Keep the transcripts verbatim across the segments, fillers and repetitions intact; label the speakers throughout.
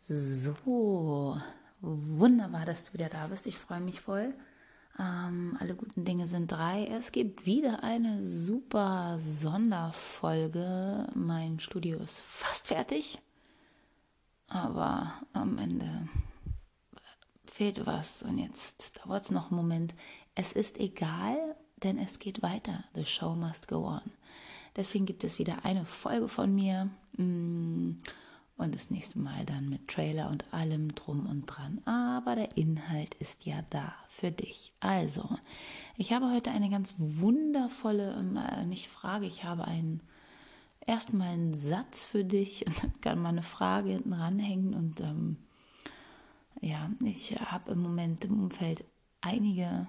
Speaker 1: So, wunderbar, dass du wieder da bist. Ich freue mich voll. Ähm, alle guten Dinge sind drei. Es gibt wieder eine super Sonderfolge. Mein Studio ist fast fertig, aber am Ende fehlt was und jetzt dauert es noch einen Moment. Es ist egal, denn es geht weiter. The show must go on. Deswegen gibt es wieder eine Folge von mir. Und das nächste Mal dann mit Trailer und allem drum und dran. Aber der Inhalt ist ja da für dich. Also, ich habe heute eine ganz wundervolle, äh, nicht Frage, ich habe einen, erstmal einen Satz für dich und dann kann man eine Frage hinten ranhängen. Und ähm, ja, ich habe im Moment im Umfeld einige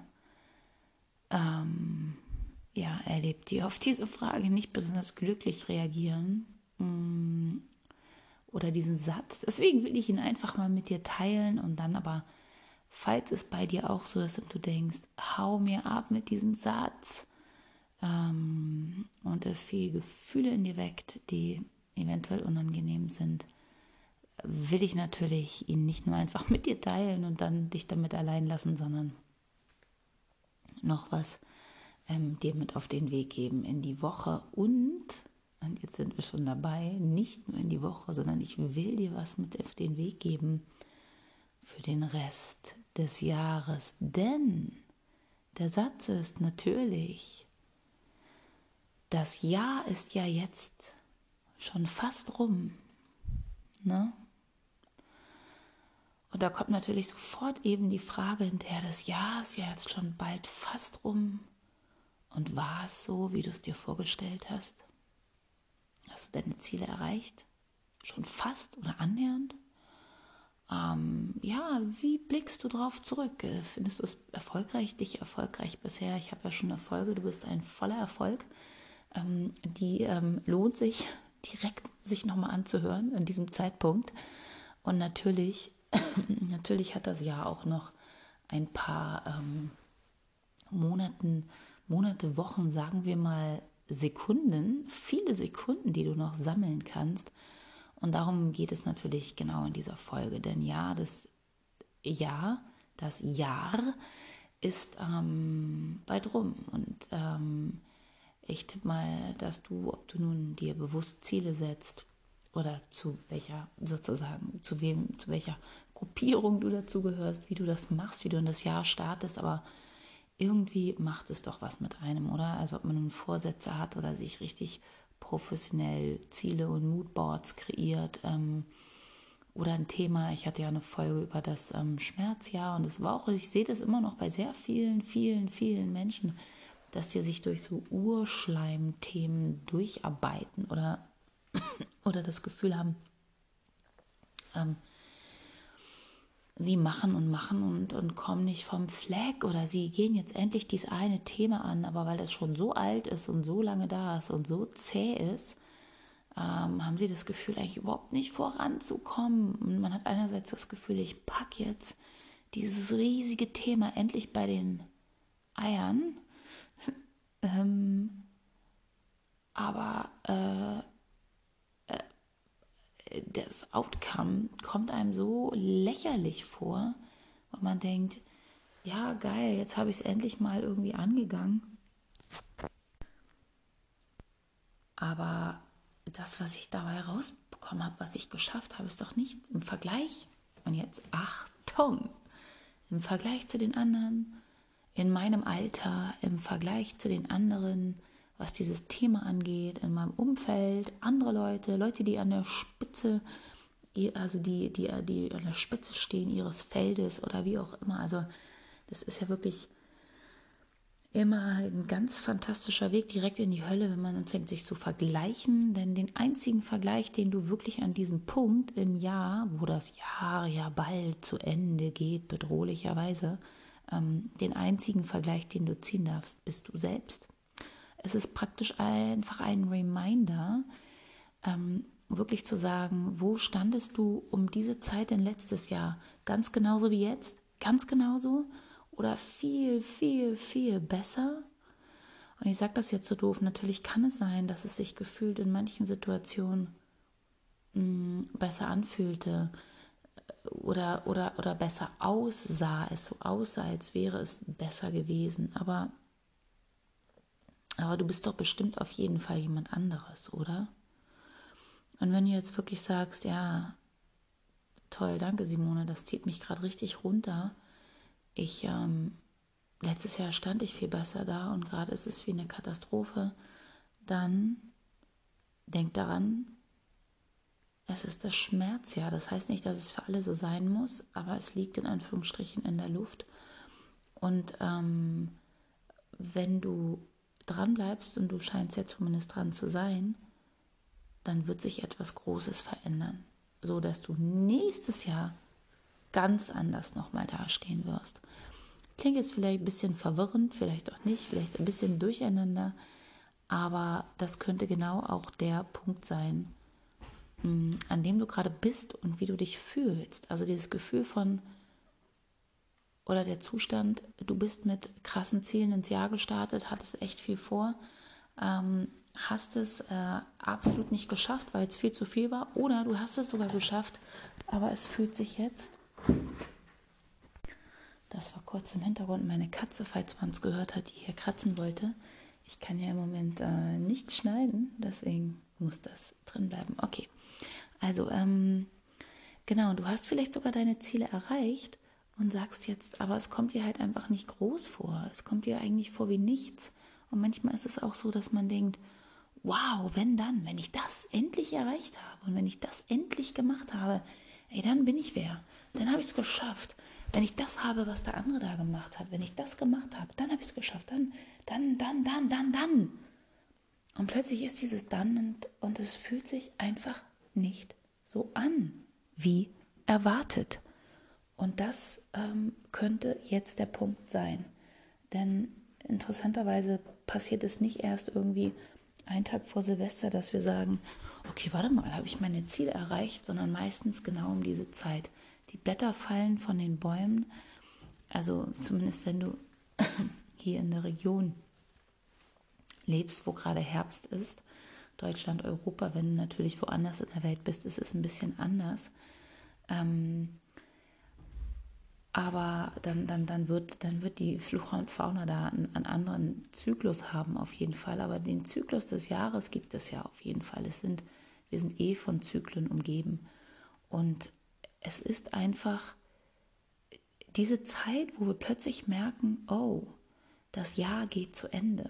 Speaker 1: ähm, ja, erlebt, die auf diese Frage nicht besonders glücklich reagieren. Oder diesen Satz. Deswegen will ich ihn einfach mal mit dir teilen und dann aber, falls es bei dir auch so ist und du denkst, hau mir ab mit diesem Satz ähm, und es viele Gefühle in dir weckt, die eventuell unangenehm sind, will ich natürlich ihn nicht nur einfach mit dir teilen und dann dich damit allein lassen, sondern noch was ähm, dir mit auf den Weg geben in die Woche und Und jetzt sind wir schon dabei, nicht nur in die Woche, sondern ich will dir was mit auf den Weg geben für den Rest des Jahres. Denn der Satz ist natürlich, das Jahr ist ja jetzt schon fast rum. Ne? Und da kommt natürlich sofort eben die Frage hinterher, das Jahr ist ja jetzt schon bald fast rum. Und war es so, wie du es dir vorgestellt hast? Hast du deine Ziele erreicht? Schon fast oder annähernd? Ähm, ja, wie blickst du drauf zurück? Findest du es erfolgreich, dich erfolgreich bisher? Ich habe ja schon Erfolge, du bist ein voller Erfolg. Ähm, die ähm, lohnt sich direkt sich nochmal anzuhören in diesem Zeitpunkt. Und natürlich, natürlich hat das Jahr auch noch ein paar ähm, Monaten, Monate, Wochen, sagen wir mal Sekunden, viele Sekunden, die du noch sammeln kannst. Und darum geht es natürlich genau in dieser Folge. Denn ja, das Jahr, das Jahr ist ähm, bald rum. Und ähm, ich tippe mal, dass du, ob du nun dir bewusst Ziele setzt oder zu welcher sozusagen, zu wem, zu welcher Gruppierung du dazu gehörst, wie du das machst, wie du in das Jahr startest, aber irgendwie macht es doch was mit einem, oder? Also ob man nun Vorsätze hat oder sich richtig professionell Ziele und Moodboards kreiert ähm, oder ein Thema. Ich hatte ja eine Folge über das ähm, Schmerzjahr und es war auch, ich sehe das immer noch bei sehr vielen, vielen, vielen Menschen, dass die sich durch so Urschleimthemen durcharbeiten oder, oder das Gefühl haben, ähm, sie machen und machen und, und kommen nicht vom Fleck oder sie gehen jetzt endlich dieses eine Thema an, aber weil das schon so alt ist und so lange da ist und so zäh ist, ähm, haben sie das Gefühl, eigentlich überhaupt nicht voranzukommen. Und man hat einerseits das Gefühl, ich packe jetzt dieses riesige Thema endlich bei den Eiern, ähm, aber äh, das Outcome kommt einem so lächerlich vor, und man denkt, ja geil, jetzt habe ich es endlich mal irgendwie angegangen. Aber das, was ich dabei rausbekommen habe, was ich geschafft habe, ist doch nicht im Vergleich. Und jetzt Achtung, im Vergleich zu den anderen, in meinem Alter, im Vergleich zu den anderen, was dieses Thema angeht, in meinem Umfeld, andere Leute, Leute, die an der Spitze, also die, die, die an der Spitze stehen ihres Feldes oder wie auch immer. Also das ist ja wirklich immer ein ganz fantastischer Weg direkt in die Hölle, wenn man anfängt, sich zu vergleichen. Denn den einzigen Vergleich, den du wirklich an diesem Punkt im Jahr, wo das Jahr ja bald zu Ende geht, bedrohlicherweise, ähm, den einzigen Vergleich, den du ziehen darfst, bist du selbst. Es ist praktisch einfach ein Reminder, ähm, wirklich zu sagen, wo standest du um diese Zeit in letztes Jahr? Ganz genauso wie jetzt? Ganz genauso? Oder viel, viel, viel besser? Und ich sage das jetzt so doof, natürlich kann es sein, dass es sich gefühlt in manchen Situationen mh, besser anfühlte, oder, oder, oder besser aussah, es so aussah, als wäre es besser gewesen. Aber, aber du bist doch bestimmt auf jeden Fall jemand anderes, oder? Und wenn du jetzt wirklich sagst, ja, toll, danke Simone, das zieht mich gerade richtig runter. Ich, ähm, letztes Jahr stand ich viel besser da und gerade ist es wie eine Katastrophe. Dann denk daran, es ist das Schmerzjahr. Das heißt nicht, dass es für alle so sein muss, aber es liegt in Anführungsstrichen in der Luft. Und ähm, wenn du dran bleibst, und du scheinst ja zumindest dran zu sein, dann wird sich etwas Großes verändern, so dass du nächstes Jahr ganz anders nochmal dastehen wirst. Klingt jetzt vielleicht ein bisschen verwirrend, vielleicht auch nicht, vielleicht ein bisschen durcheinander, aber das könnte genau auch der Punkt sein, an dem du gerade bist und wie du dich fühlst. Also dieses Gefühl von, oder der Zustand, du bist mit krassen Zielen ins Jahr gestartet, hattest echt viel vor, ähm, hast es äh, absolut nicht geschafft, weil es viel zu viel war, oder du hast es sogar geschafft, aber es fühlt sich jetzt, das war kurz im Hintergrund meine Katze, falls man es gehört hat, die hier kratzen wollte. Ich kann ja im Moment äh, nicht schneiden, deswegen muss das drin bleiben. Okay, also ähm, genau, du hast vielleicht sogar deine Ziele erreicht und sagst jetzt, aber es kommt dir halt einfach nicht groß vor. Es kommt dir eigentlich vor wie nichts. Und manchmal ist es auch so, dass man denkt, wow, wenn dann, wenn ich das endlich erreicht habe und wenn ich das endlich gemacht habe, ey, dann bin ich wer. Dann habe ich es geschafft. Wenn ich das habe, was der andere da gemacht hat, wenn ich das gemacht habe, dann habe ich es geschafft. Dann, dann, dann, dann, dann, dann. Und plötzlich ist dieses dann und, und es fühlt sich einfach nicht so an, wie erwartet. Und das ähm, könnte jetzt der Punkt sein. Denn interessanterweise passiert es nicht erst irgendwie einen Tag vor Silvester, dass wir sagen, okay, warte mal, habe ich meine Ziele erreicht, sondern meistens genau um diese Zeit. Die Blätter fallen von den Bäumen, also zumindest wenn du hier in der Region lebst, wo gerade Herbst ist, Deutschland, Europa, wenn du natürlich woanders in der Welt bist, ist es ein bisschen anders. Ähm, aber dann, dann, dann, wird, dann wird die Flora und Fauna da einen, einen anderen Zyklus haben auf jeden Fall. Aber den Zyklus des Jahres gibt es ja auf jeden Fall. Es sind, wir sind eh von Zyklen umgeben. Und es ist einfach diese Zeit, wo wir plötzlich merken, oh, das Jahr geht zu Ende.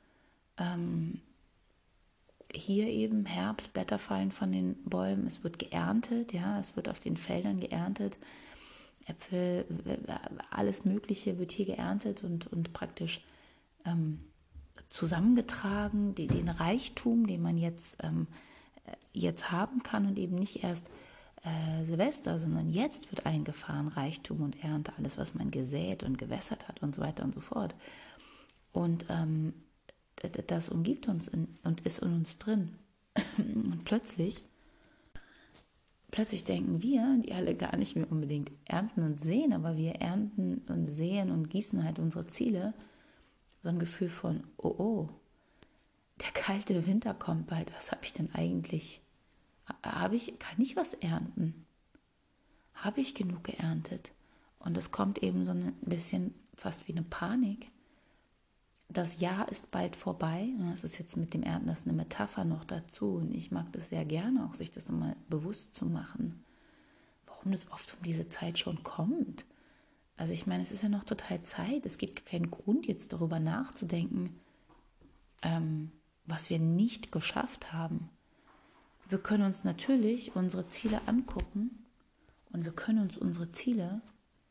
Speaker 1: Ähm, hier eben Herbst, Blätter fallen von den Bäumen, es wird geerntet, ja, es wird auf den Feldern geerntet. Äpfel, alles Mögliche wird hier geerntet und, und praktisch ähm, zusammengetragen, die, den Reichtum, den man jetzt, ähm, jetzt haben kann und eben nicht erst äh, Silvester, sondern jetzt wird eingefahren, Reichtum und Ernte, alles, was man gesät und gewässert hat und so weiter und so fort. Und ähm, das umgibt uns in, und ist in uns drin. Und plötzlich Plötzlich denken wir, die alle gar nicht mehr unbedingt ernten und säen, aber wir ernten und säen und gießen halt unsere Ziele, so ein Gefühl von, oh oh, der kalte Winter kommt bald, was habe ich denn eigentlich, habe ich, kann ich was ernten? Habe ich genug geerntet? Und es kommt eben so ein bisschen fast wie eine Panik. Das Jahr ist bald vorbei. Das ist jetzt mit dem Ernten, das ist eine Metapher noch dazu. Und ich mag das sehr gerne, auch sich das nochmal bewusst zu machen, warum das oft um diese Zeit schon kommt. Also ich meine, es ist ja noch total Zeit. Es gibt keinen Grund, jetzt darüber nachzudenken, ähm, was wir nicht geschafft haben. Wir können uns natürlich unsere Ziele angucken und wir können uns unsere Ziele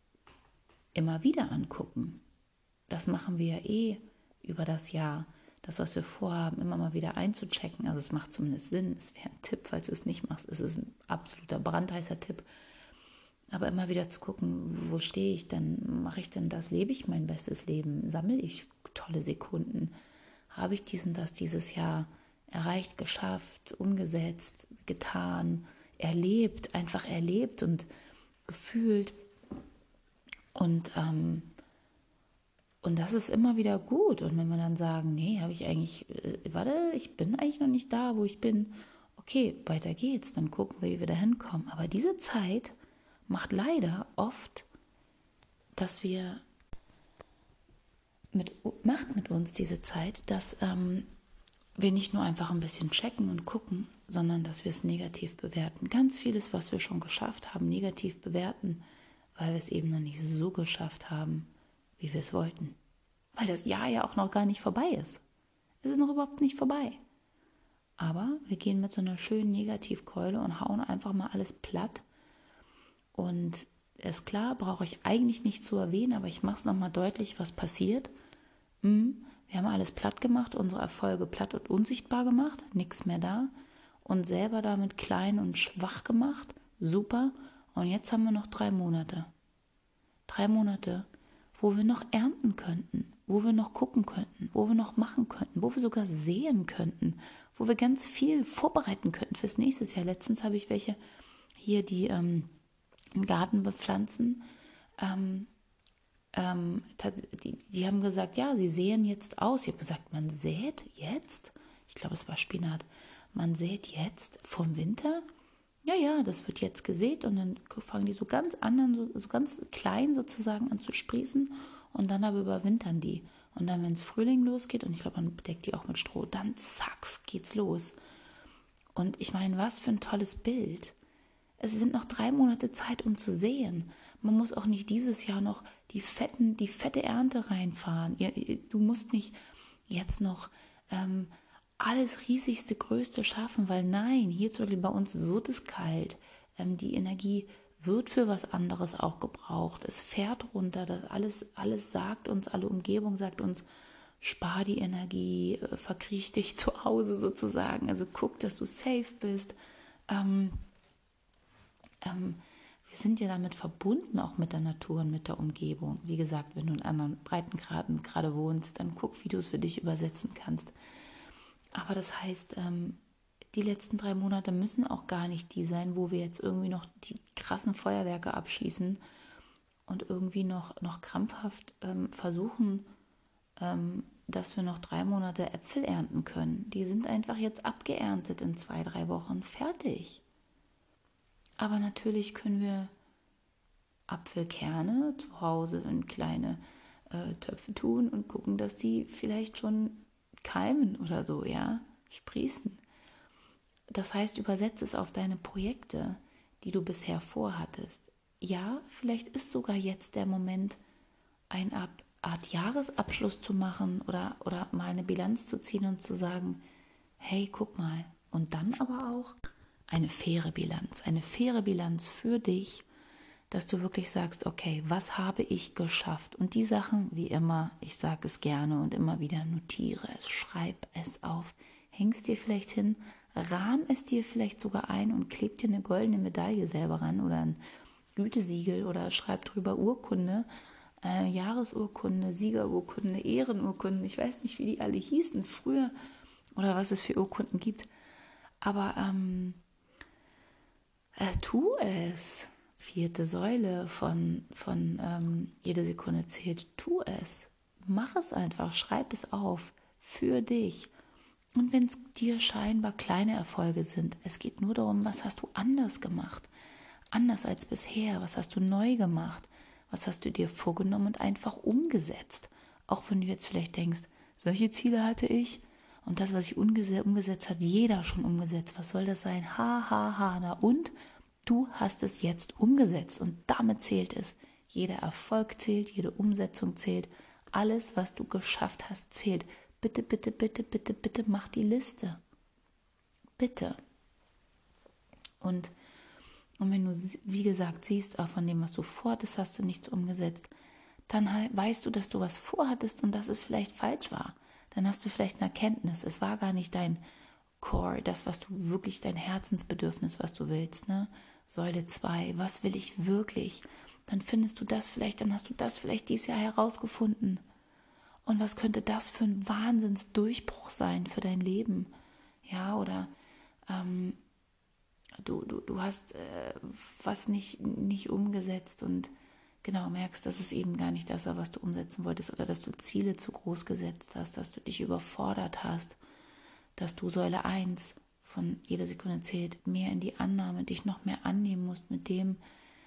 Speaker 1: immer wieder angucken. Das machen wir ja eh über das Jahr, das, was wir vorhaben, immer mal wieder einzuchecken. Also es macht zumindest Sinn. Es wäre ein Tipp, falls du es nicht machst. Es ist ein absoluter brandheißer Tipp. Aber immer wieder zu gucken, wo stehe ich denn? Mache ich denn das? Lebe ich mein bestes Leben? Sammle ich tolle Sekunden? Habe ich dies und das dieses Jahr erreicht, geschafft, umgesetzt, getan, erlebt, einfach erlebt und gefühlt? Und ähm, Und das ist immer wieder gut. Und wenn wir dann sagen, nee, habe ich eigentlich, äh, warte, ich bin eigentlich noch nicht da, wo ich bin. Okay, weiter geht's. Dann gucken wir, wie wir da hinkommen. Aber diese Zeit macht leider oft, dass wir mit, macht mit uns diese Zeit, dass ähm, wir nicht nur einfach ein bisschen checken und gucken, sondern dass wir es negativ bewerten. Ganz vieles, was wir schon geschafft haben, negativ bewerten, weil wir es eben noch nicht so geschafft haben, wie wir es wollten. Weil das Jahr ja auch noch gar nicht vorbei ist. Es ist noch überhaupt nicht vorbei. Aber wir gehen mit so einer schönen Negativkeule und hauen einfach mal alles platt. Und ist klar, brauche ich eigentlich nicht zu erwähnen, aber ich mache es nochmal deutlich, was passiert. Wir haben alles platt gemacht, unsere Erfolge platt und unsichtbar gemacht, nichts mehr da. Und selber damit klein und schwach gemacht, super. Und jetzt haben wir noch drei Monate. Drei Monate, wo wir noch ernten könnten, wo wir noch gucken könnten, wo wir noch machen könnten, wo wir sogar sehen könnten, wo wir ganz viel vorbereiten könnten fürs nächste Jahr. Letztens habe ich welche hier, die ähm, einen Garten bepflanzen. Ähm, ähm, die, die haben gesagt, ja, sie säen jetzt aus. Ich habe gesagt, man sät jetzt? Ich glaube, es war Spinat. Man sät jetzt vom Winter? Ja, ja, das wird jetzt gesät und dann fangen die so ganz anderen, so, so ganz klein sozusagen an zu sprießen und dann aber überwintern die. Und dann, wenn es Frühling losgeht, und ich glaube, man bedeckt die auch mit Stroh, dann zack, geht's los. Und ich meine, was für ein tolles Bild. Es sind noch drei Monate Zeit, um zu säen. Man muss auch nicht dieses Jahr noch die, fetten, die fette Ernte reinfahren. Du musst nicht jetzt noch ähm, alles Riesigste, Größte schaffen, weil nein, hier zum Beispiel bei uns wird es kalt. Ähm, die Energie wird für was anderes auch gebraucht. Es fährt runter. Das alles, alles sagt uns, alle Umgebung sagt uns, spar die Energie, äh, verkriech dich zu Hause sozusagen. Also guck, dass du safe bist. Ähm, ähm, wir sind ja damit verbunden, auch mit der Natur und mit der Umgebung. Wie gesagt, wenn du in anderen Breitengraden gerade wohnst, dann guck, wie du es für dich übersetzen kannst. Aber das heißt, ähm, die letzten drei Monate müssen auch gar nicht die sein, wo wir jetzt irgendwie noch die krassen Feuerwerke abschließen und irgendwie noch, noch krampfhaft ähm, versuchen, ähm, dass wir noch drei Monate Äpfel ernten können. Die sind einfach jetzt abgeerntet in zwei, drei Wochen. Fertig. Aber natürlich können wir Apfelkerne zu Hause in kleine äh, Töpfe tun und gucken, dass die vielleicht schon keimen oder so, ja, sprießen. Das heißt, übersetze es auf deine Projekte, die du bisher vorhattest. Ja, vielleicht ist sogar jetzt der Moment, eine Art Jahresabschluss zu machen oder, oder mal eine Bilanz zu ziehen und zu sagen, hey, guck mal. Und dann aber auch eine faire Bilanz, eine faire Bilanz für dich, dass du wirklich sagst, okay, was habe ich geschafft? Und die Sachen, wie immer, ich sage es gerne und immer wieder, notiere es, schreib es auf, hängst dir vielleicht hin, rahm es dir vielleicht sogar ein und kleb dir eine goldene Medaille selber ran oder ein Gütesiegel oder schreib drüber Urkunde, äh, Jahresurkunde, Siegerurkunde, Ehrenurkunde, ich weiß nicht, wie die alle hießen früher oder was es für Urkunden gibt, aber ähm, äh, tu es. Vierte Säule von, von ähm, jede Sekunde zählt. Tu es. Mach es einfach. Schreib es auf. Für dich. Und wenn es dir scheinbar kleine Erfolge sind, es geht nur darum, was hast du anders gemacht? Anders als bisher. Was hast du neu gemacht? Was hast du dir vorgenommen und einfach umgesetzt? Auch wenn du jetzt vielleicht denkst, solche Ziele hatte ich und das, was ich umgesetzt, umgesetzt hat, jeder schon umgesetzt. Was soll das sein? Ha, ha, ha. Na und? Du hast es jetzt umgesetzt und damit zählt es. Jeder Erfolg zählt, jede Umsetzung zählt. Alles, was du geschafft hast, zählt. Bitte, bitte, bitte, bitte, bitte mach die Liste. Bitte. Und, und wenn du, wie gesagt, siehst, auch von dem, was du vorhattest, hast du nichts umgesetzt, dann weißt du, dass du was vorhattest und dass es vielleicht falsch war. Dann hast du vielleicht eine Erkenntnis. Es war gar nicht dein Core, das, was du wirklich, dein Herzensbedürfnis, was du willst, ne? Säule zwei, was will ich wirklich? Dann findest du das vielleicht, dann hast du das vielleicht dieses Jahr herausgefunden. Und was könnte das für ein Wahnsinnsdurchbruch sein für dein Leben? Ja, oder ähm, du, du, du hast äh, was nicht, nicht umgesetzt und genau merkst, dass es eben gar nicht das war, was du umsetzen wolltest oder dass du Ziele zu groß gesetzt hast, dass du dich überfordert hast, dass du Säule eins von jeder Sekunde zählt, mehr in die Annahme, dich noch mehr annehmen musst mit dem,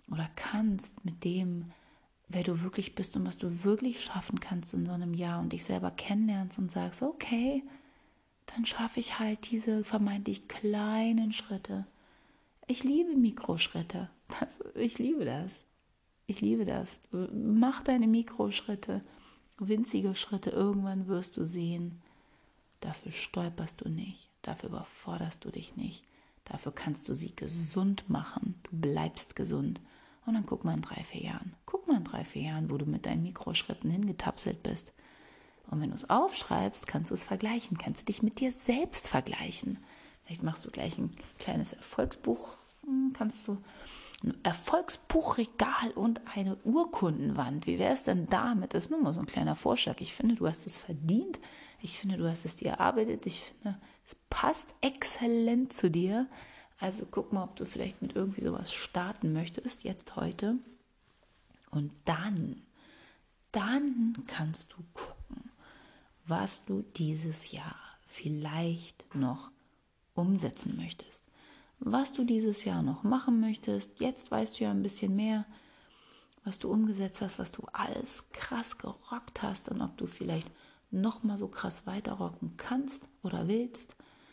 Speaker 1: oder kannst mit dem, wer du wirklich bist und was du wirklich schaffen kannst in so einem Jahr und dich selber kennenlernst und sagst, okay, dann schaffe ich halt diese vermeintlich kleinen Schritte. Ich liebe Mikroschritte. Das, ich liebe das. Ich liebe das. Mach deine Mikroschritte, winzige Schritte. Irgendwann wirst du sehen, dafür stolperst du nicht. Dafür überforderst du dich nicht. Dafür kannst du sie gesund machen. Du bleibst gesund. Und dann guck mal in drei, vier Jahren. Guck mal in drei, vier Jahren, wo du mit deinen Mikroschritten hingetapselt bist. Und wenn du es aufschreibst, kannst du es vergleichen. Kannst du dich mit dir selbst vergleichen. Vielleicht machst du gleich ein kleines Erfolgsbuch. Kannst du ein Erfolgsbuchregal und eine Urkundenwand. Wie wäre es denn damit? Das ist nur mal so ein kleiner Vorschlag. Ich finde, du hast es verdient. Ich finde, du hast es dir erarbeitet. Ich finde, es passt exzellent zu dir. Also guck mal, ob du vielleicht mit irgendwie sowas starten möchtest, jetzt heute. Und dann, dann kannst du gucken, was du dieses Jahr vielleicht noch umsetzen möchtest. Was du dieses Jahr noch machen möchtest. Jetzt weißt du ja ein bisschen mehr, was du umgesetzt hast, was du alles krass gerockt hast und ob du vielleicht noch mal so krass weiterrocken kannst oder willst.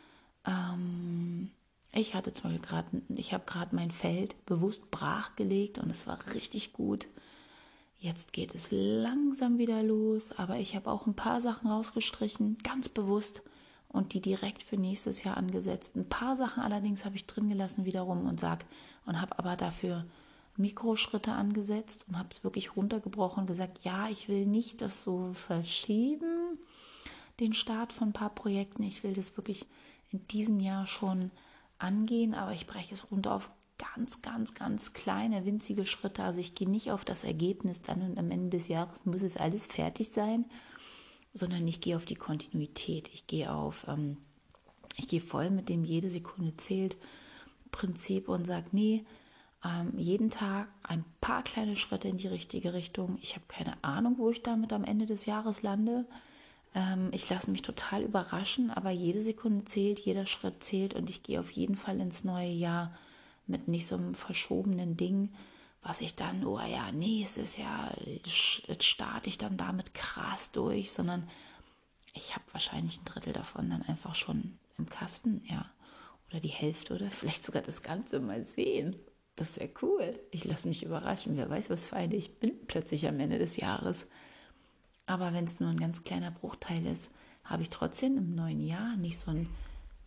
Speaker 1: Ähm, ich hatte zum Beispiel gerade, ich habe gerade mein Feld bewusst brachgelegt und es war richtig gut. Jetzt geht es langsam wieder los, aber ich habe auch ein paar Sachen rausgestrichen, ganz bewusst und die direkt für nächstes Jahr angesetzt. Ein paar Sachen allerdings habe ich drin gelassen wiederum und sag und habe aber dafür Mikroschritte angesetzt und habe es wirklich runtergebrochen und gesagt, ja, ich will nicht das so verschieben, den Start von ein paar Projekten. Ich will das wirklich in diesem Jahr schon angehen, aber ich breche es runter auf ganz, ganz, ganz kleine, winzige Schritte. Also ich gehe nicht auf das Ergebnis dann und am Ende des Jahres muss es alles fertig sein, sondern ich gehe auf die Kontinuität. Ich gehe auf, ähm, ich gehe voll mit dem jede Sekunde zählt Prinzip und sage, nee, ähm, jeden Tag ein paar kleine Schritte in die richtige Richtung. Ich habe keine Ahnung, wo ich damit am Ende des Jahres lande. Ähm, ich lasse mich total überraschen, aber jede Sekunde zählt, jeder Schritt zählt und ich gehe auf jeden Fall ins neue Jahr mit nicht so einem verschobenen Ding, was ich dann, oh ja, nächstes Jahr starte ich dann damit krass durch, sondern ich habe wahrscheinlich ein Drittel davon dann einfach schon im Kasten, ja. Oder die Hälfte oder vielleicht sogar das Ganze mal sehen. Das wäre cool. Ich lasse mich überraschen. Wer weiß, was für eine ich bin plötzlich am Ende des Jahres. Aber wenn es nur ein ganz kleiner Bruchteil ist, habe ich trotzdem im neuen Jahr nicht so ein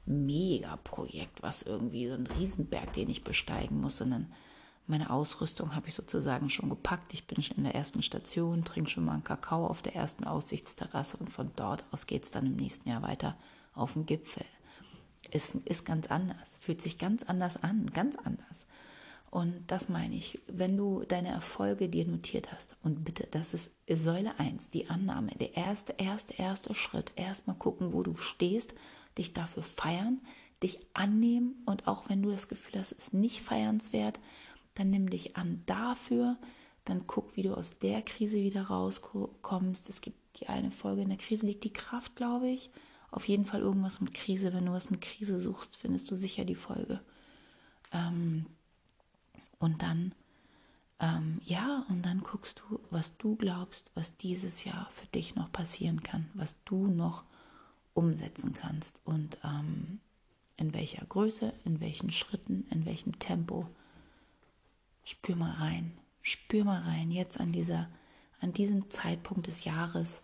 Speaker 1: Megaprojekt, was irgendwie so ein Riesenberg, den ich besteigen muss, sondern meine Ausrüstung habe ich sozusagen schon gepackt. Ich bin schon in der ersten Station, trinke schon mal einen Kakao auf der ersten Aussichtsterrasse und von dort aus geht es dann im nächsten Jahr weiter auf den Gipfel. Ist, ist ganz anders, fühlt sich ganz anders an, ganz anders. Und das meine ich, wenn du deine Erfolge dir notiert hast, und bitte, das ist Säule eins, die Annahme, der erste, erste, erste Schritt, erstmal gucken, wo du stehst, dich dafür feiern, dich annehmen und auch wenn du das Gefühl hast, es ist nicht feiernswert, dann nimm dich an dafür, dann guck, wie du aus der Krise wieder rauskommst. Es gibt die eine Folge, in der Krise liegt die Kraft, glaube ich. Auf jeden Fall irgendwas mit Krise. Wenn du was mit Krise suchst, findest du sicher die Folge. Ähm, und dann, ähm, ja, und dann guckst du, was du glaubst, was dieses Jahr für dich noch passieren kann, was du noch umsetzen kannst und ähm, in welcher Größe, in welchen Schritten, in welchem Tempo. Spür mal rein, spür mal rein, jetzt an dieser, an diesem Zeitpunkt des Jahres,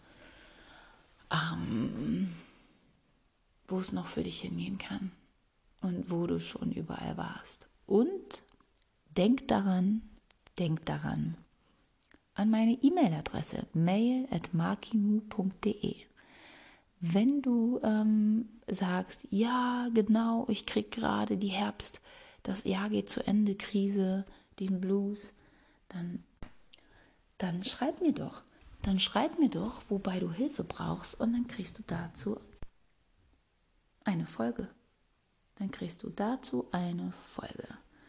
Speaker 1: ähm, wo es noch für dich hingehen kann und wo du schon überall warst. Und denk daran, denk daran, an meine E-Mail-Adresse mail at markimu punkt de. Wenn du ähm, sagst, ja, genau, ich krieg gerade die Herbst, das Jahr geht zu Ende, Krise, den Blues, dann, dann schreib mir doch. Dann schreib mir doch, wobei du Hilfe brauchst und dann kriegst du dazu eine Folge. Dann kriegst du dazu eine Folge.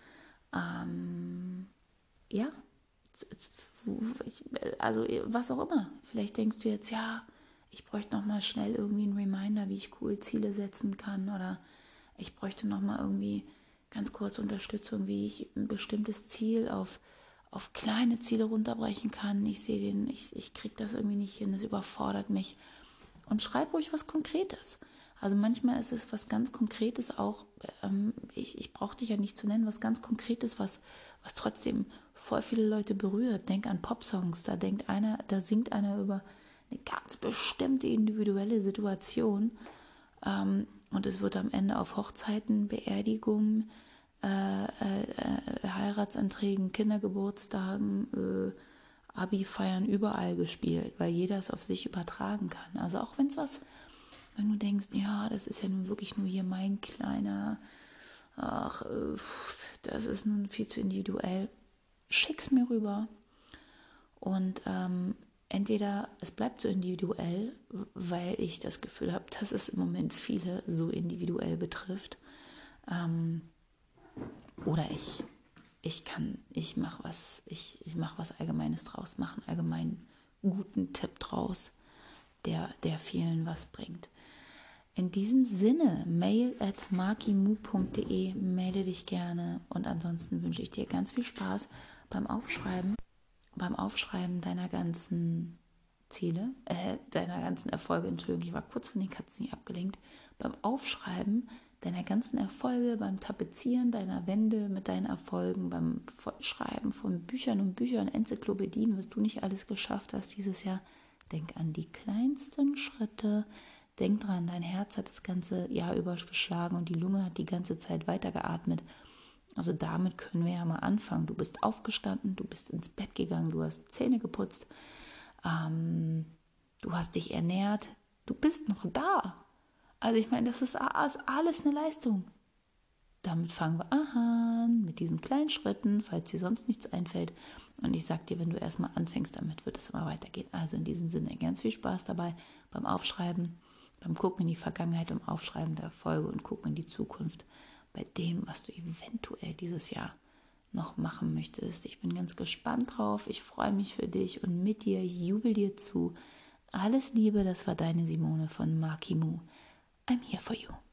Speaker 1: Ähm, ja, also was auch immer. Vielleicht denkst du jetzt, ja, ich bräuchte noch mal schnell irgendwie einen Reminder, wie ich cool Ziele setzen kann oder ich bräuchte noch mal irgendwie ganz kurz Unterstützung, wie ich ein bestimmtes Ziel auf auf kleine Ziele runterbrechen kann. Ich sehe den, ich, ich kriege das irgendwie nicht hin, das überfordert mich. Und schreib ruhig was Konkretes. Also manchmal ist es was ganz Konkretes auch, ähm, ich, ich brauche dich ja nicht zu nennen, was ganz Konkretes, was, was trotzdem voll viele Leute berührt. Denk an Popsongs, da denkt einer, da singt einer über eine ganz bestimmte individuelle Situation, ähm, und es wird am Ende auf Hochzeiten, Beerdigungen, äh, äh, äh, Heiratsanträgen, Kindergeburtstagen, äh, Abi-Feiern überall gespielt, weil jeder es auf sich übertragen kann. Also auch wenn es was, wenn du denkst, ja, das ist ja nun wirklich nur hier mein kleiner, ach, äh, das ist nun viel zu individuell, schick's mir rüber. Und ähm, entweder es bleibt so individuell, weil ich das Gefühl habe, dass es im Moment viele so individuell betrifft, ähm, oder ich ich kann, ich mache was, ich, ich mache was Allgemeines draus, mache einen allgemeinen guten Tipp draus, der, der vielen was bringt. In diesem Sinne, mail at markimu punkt de, melde dich gerne und ansonsten wünsche ich dir ganz viel Spaß beim Aufschreiben, beim Aufschreiben deiner ganzen Ziele, äh, deiner ganzen Erfolge, Entschuldigung, ich war kurz von den Katzen hier abgelenkt, beim Aufschreiben deiner ganzen Erfolge, beim Tapezieren deiner Wände mit deinen Erfolgen, beim Schreiben von Büchern und Büchern, Enzyklopädien, was du nicht alles geschafft hast dieses Jahr. Denk an die kleinsten Schritte. Denk dran, dein Herz hat das ganze Jahr über geschlagen und die Lunge hat die ganze Zeit weitergeatmet. Also damit können wir ja mal anfangen. Du bist aufgestanden, du bist ins Bett gegangen, du hast Zähne geputzt, ähm, du hast dich ernährt, du bist noch da. Also ich meine, das ist alles eine Leistung. Damit fangen wir an, mit diesen kleinen Schritten, falls dir sonst nichts einfällt. Und ich sag dir, wenn du erstmal anfängst damit, wird es immer weitergehen. Also in diesem Sinne ganz viel Spaß dabei beim Aufschreiben, beim Gucken in die Vergangenheit, beim Aufschreiben der Erfolge und Gucken in die Zukunft bei dem, was du eventuell dieses Jahr noch machen möchtest. Ich bin ganz gespannt drauf. Ich freue mich für dich und mit dir, ich jubel dir zu. Alles Liebe, das war deine Simone von Markimu. I'm here for you.